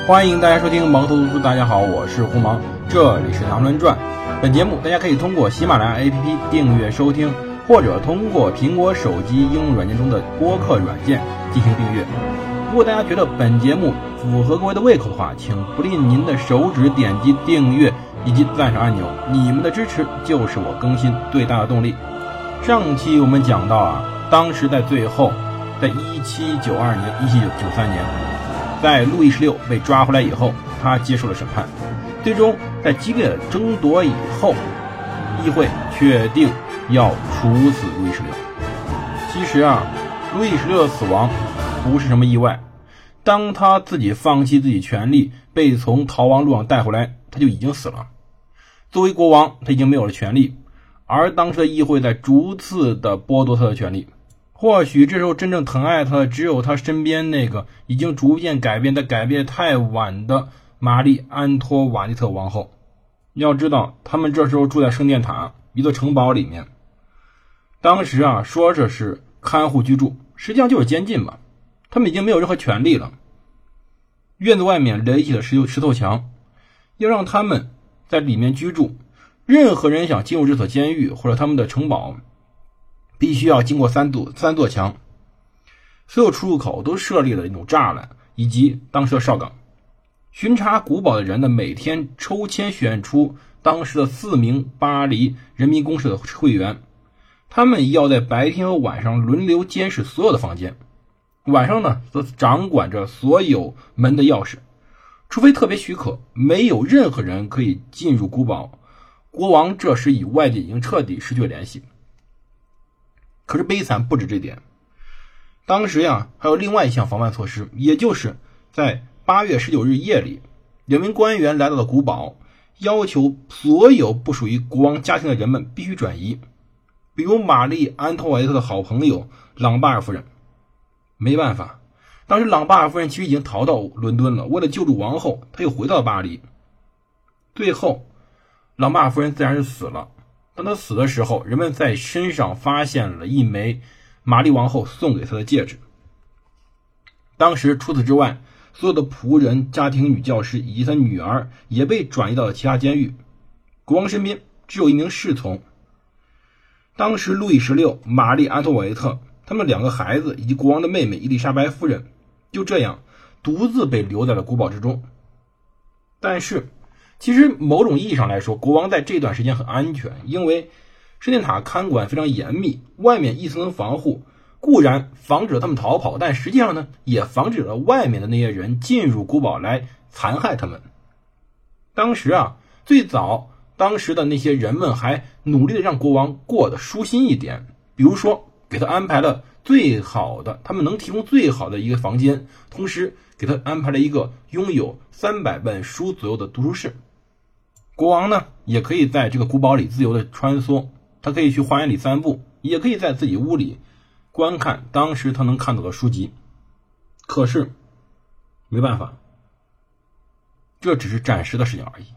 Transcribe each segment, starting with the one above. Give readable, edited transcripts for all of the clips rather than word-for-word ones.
欢迎大家收听毛头读书，大家好，我是胡芒，这里是唐人传。本节目大家可以通过喜马拉雅 APP 订阅收听，或者通过苹果手机应用软件中的播客软件进行订阅。如果大家觉得本节目符合各位的胃口的话，请不吝您的手指点击订阅以及赞赏按钮，你们的支持就是我更新最大的动力。上期我们讲到当时在最后，在1792年、1793年，在路易16被抓回来以后，他接受了审判，最终在激烈的争夺以后，议会确定要处死路易16。其实路易16的死亡不是什么意外，当他自己放弃自己权力，被从逃亡路上带回来，他就已经死了。作为国王，他已经没有了权力，而当时的议会在逐次的剥夺他的权利。或许这时候真正疼爱他的只有他身边那个已经逐渐改变但改变太晚的玛丽安托瓦内特王后。要知道他们这时候住在圣殿塔一座城堡里面，当时说着是看护居住，实际上就是监禁嘛。他们已经没有任何权利了。院子外面垒起了石头墙，要让他们在里面居住。任何人想进入这所监狱或者他们的城堡，必须要经过三座墙，所有出入口都设立了一种栅栏以及当时的哨岗。巡查古堡的人呢，每天抽签选出当时的4名巴黎人民公社的会员，他们要在白天和晚上轮流监视所有的房间，晚上呢则掌管着所有门的钥匙，除非特别许可，没有任何人可以进入古堡。国王这时与外界已经彻底失去了联系。可是悲惨不止这点，当时还有另外一项防范措施，也就是在8月19日夜里，有名官员来到了古堡，要求所有不属于国王家庭的人们必须转移。比如玛丽安托瓦内特的好朋友朗巴尔夫人，没办法，当时朗巴尔夫人其实已经逃到伦敦了，为了救助王后，她又回到巴黎。最后朗巴尔夫人自然是死了。当他死的时候，人们在身上发现了一枚玛丽王后送给他的戒指。当时除此之外，所有的仆人、家庭女教师以及他女儿也被转移到了其他监狱。国王身边只有一名侍从。当时路易16、玛丽安托瓦内特他们2个孩子以及国王的妹妹伊丽莎白夫人就这样独自被留在了古堡之中。但是其实某种意义上来说，国王在这段时间很安全，因为圣殿塔看管非常严密，外面一层防护固然防止了他们逃跑，但实际上呢也防止了外面的那些人进入古堡来残害他们。当时最早当时的那些人们还努力的让国王过得舒心一点，比如说给他安排了最好的，他们能提供最好的一个房间，同时给他安排了一个拥有300本书左右的读书室。国王呢也可以在这个古堡里自由的穿梭，他可以去花园里散步，也可以在自己屋里观看当时他能看到的书籍。可是没办法，这只是暂时的事情而已。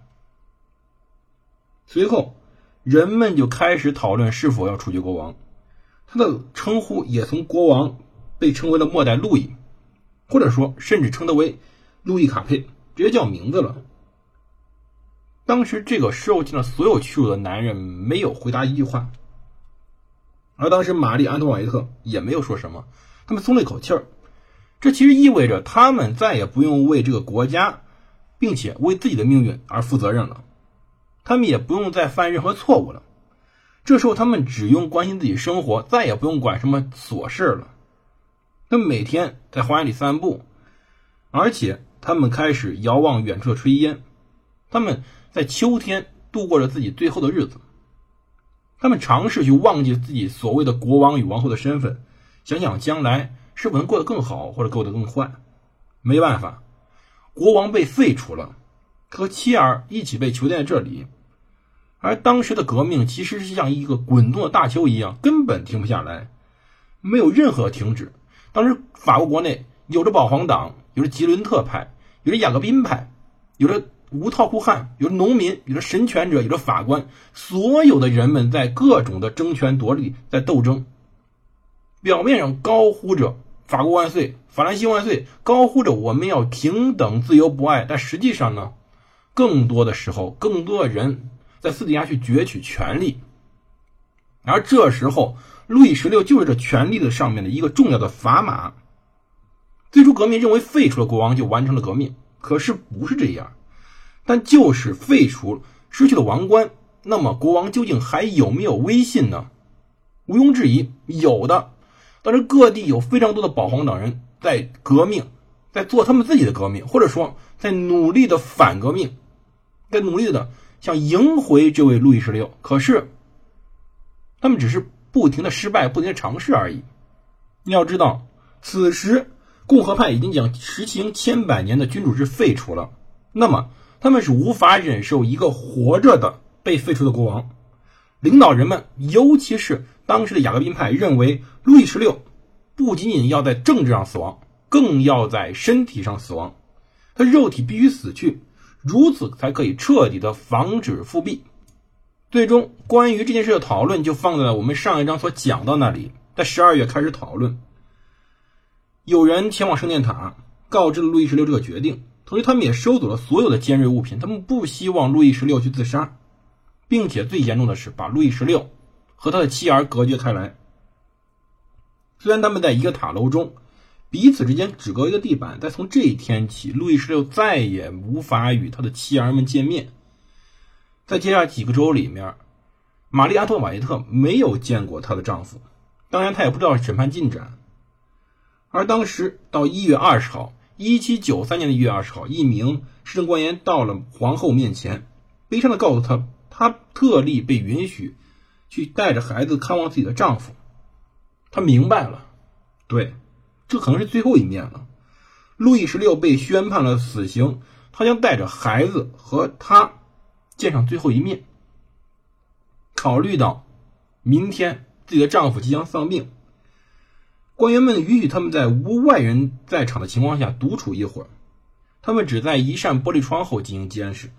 随后人们就开始讨论是否要处决国王，他的称呼也从国王被称为了末代路易，或者说甚至称他为路易卡佩，直接叫名字了。当时这个受尽了所有屈辱的男人没有回答一句话，而当时玛丽安托瓦内特也没有说什么，他们松了一口气儿。这其实意味着他们再也不用为这个国家并且为自己的命运而负责任了，他们也不用再犯任何错误了。这时候他们只用关心自己生活，再也不用管什么琐事了。他们每天在花园里散步，而且他们开始遥望远处的炊烟。他们在秋天度过着自己最后的日子，他们尝试去忘记自己所谓的国王与王后的身份，想想将来是否能过得更好或者过得更坏。没办法，国王被废除了，和妻儿一起被囚禁在这里，而当时的革命其实是像一个滚动的大球一样，根本停不下来，没有任何停止。当时法国国内有着保皇党，有着吉伦特派，有着雅各宾派，有着无套裤汉，有着农民，有着神权者，有着法官，所有的人们在各种的争权夺利，在斗争。表面上高呼着法国万岁，法兰西万岁，高呼着我们要平等自由博爱，但实际上呢，更多的时候，更多的人在私底下去攫取权力。而这时候路易16就是这权力的上面的一个重要的砝码。最初革命认为废除了国王就完成了革命，可是不是这样。但就是废除失去了王冠，那么国王究竟还有没有威信呢？毋庸置疑，有的。当时各地有非常多的保皇党人在革命，在做他们自己的革命，或者说在努力的反革命，在努力的想赢回这位路易16，可是他们只是不停的失败，不停的尝试而已。你要知道，此时共和派已经将实行千百年的君主制废除了，那么他们是无法忍受一个活着的被废除的国王。领导人们，尤其是当时的雅各宾派，认为路易16不仅仅要在政治上死亡，更要在身体上死亡，他肉体必须死去，如此才可以彻底的防止复辟。最终关于这件事的讨论就放在了我们上一章所讲到那里，在12月开始讨论。有人前往圣殿塔告知了路易16这个决定，同时他们也收走了所有的尖锐物品，他们不希望路易16去自杀，并且最严重的是把路易16和他的妻儿隔绝开来。虽然他们在一个塔楼中，彼此之间只隔一个地板，但从这一天起，路易16再也无法与他的妻儿们见面。在接下来几个周里面，玛丽·安托瓦内特没有见过她的丈夫，当然她也不知道审判进展。而当时到1月20号，1793年的1月20号，一名市政官员到了皇后面前，悲伤地告诉她，她特例被允许去带着孩子看望自己的丈夫。她明白了，对，这可能是最后一面了。路易16被宣判了死刑，他将带着孩子和他见上最后一面。考虑到明天自己的丈夫即将丧命，官员们允许他们在无外人在场的情况下独处一会儿，他们只在一扇玻璃窗后进行监视。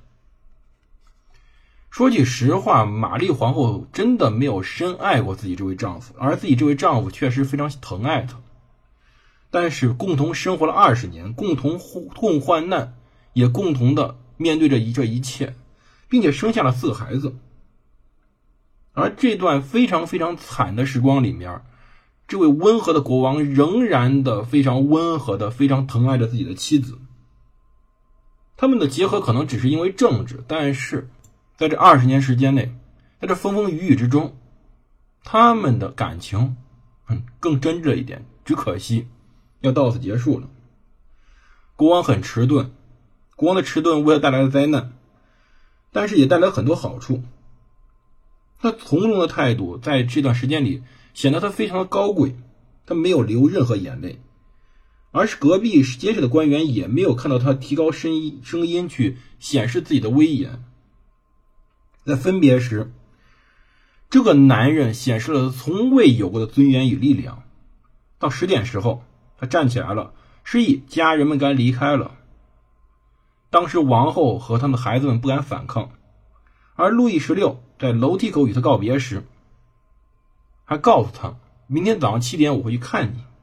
说句实话，玛丽皇后真的没有深爱过自己这位丈夫，而自己这位丈夫确实非常疼爱她。但是共同生活了20年，共患难，也共同的面对着这一切，并且生下了4个孩子。而这段非常非常惨的时光里面，这位温和的国王仍然的非常温和的非常疼爱着自己的妻子。他们的结合可能只是因为政治，但是在这20年时间内，在这风风雨雨之中，他们的感情更真挚一点，只可惜要到此结束了。国王很迟钝，国王的迟钝为他带来了灾难，但是也带来了很多好处。他从容的态度在这段时间里显得他非常的高贵，他没有流任何眼泪，而是隔壁监视的官员也没有看到他提高声音去显示自己的威严。在分别时，这个男人显示了从未有过的尊严与力量。到10点时候，他站起来了，示意家人们该离开了。当时王后和他们的孩子们不敢反抗，而路易16在楼梯口与他告别时，还告诉他明天早上7点我会去看你。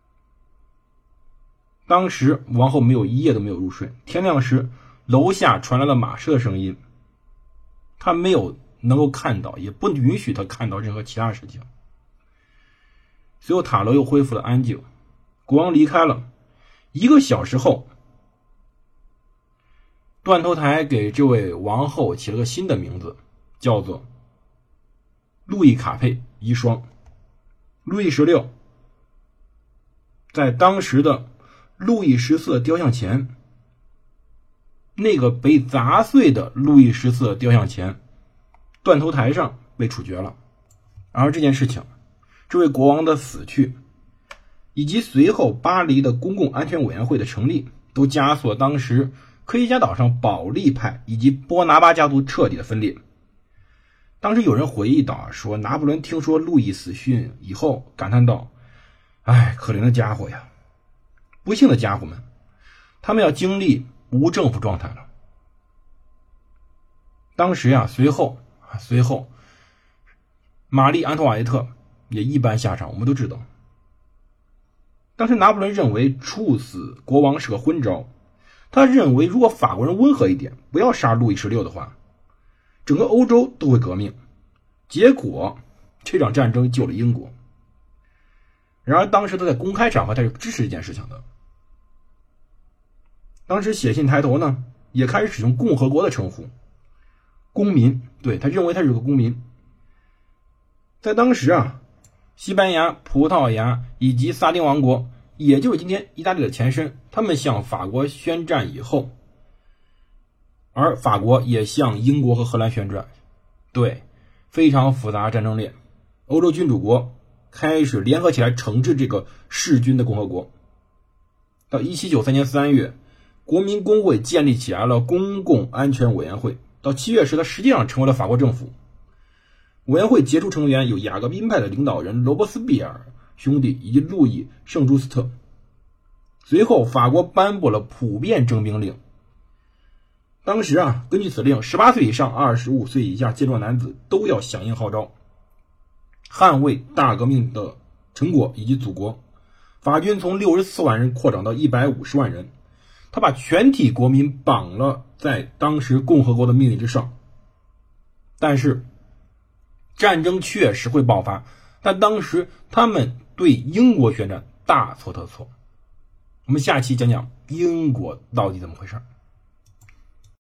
当时王后没有一夜都没有入睡，天亮时楼下传来了马车的声音，他没有能够看到，也不允许他看到任何其他事情。随后塔楼又恢复了安静，国王离开了。1个小时后，断头台给这位王后起了个新的名字，叫做路易卡佩遗孀。路易16在当时的路易14的雕像前，那个被砸碎的路易14的雕像前，断头台上被处决了。而这件事情，这位国王的死去，以及随后巴黎的公共安全委员会的成立，都加速了当时科西嘉岛上保利派以及波拿巴家族彻底的分裂。当时有人回忆到说，拿破仑听说路易死讯以后感叹道，哎，可怜的家伙呀，不幸的家伙们，他们要经历无政府状态了。当时呀，随后玛丽·安托瓦内特也一般下场，我们都知道。 当时拿破仑认为处死国王是个昏招，他认为如果法国人温和一点，不要杀路易16的话，整个欧洲都会革命。结果这场战争救了英国。然而当时他在公开场合他是支持这件事情的。当时写信抬头呢，也开始使用共和国的称呼，公民，对，他认为他是个公民。在当时啊，西班牙、葡萄牙以及萨丁王国，也就是今天意大利的前身，他们向法国宣战以后，而法国也向英国和荷兰宣战。对，非常复杂战争链，欧洲君主国开始联合起来惩治这个弑君的共和国。到1793年3月，国民公会建立起来了公共安全委员会。到7月时，它实际上成为了法国政府。委员会杰出成员有雅各宾派的领导人罗伯斯庇尔兄弟以及路易圣朱斯特。随后法国颁布了普遍征兵令。当时啊，根据此令，18岁以上、25岁以下健壮男子都要响应号召，捍卫大革命的成果以及祖国。法军从64万人扩展到150万人，他把全体国民绑了在当时共和国的命令之上。但是战争确实会爆发，但当时他们对英国宣战大错特错。我们下期讲讲英国到底怎么回事。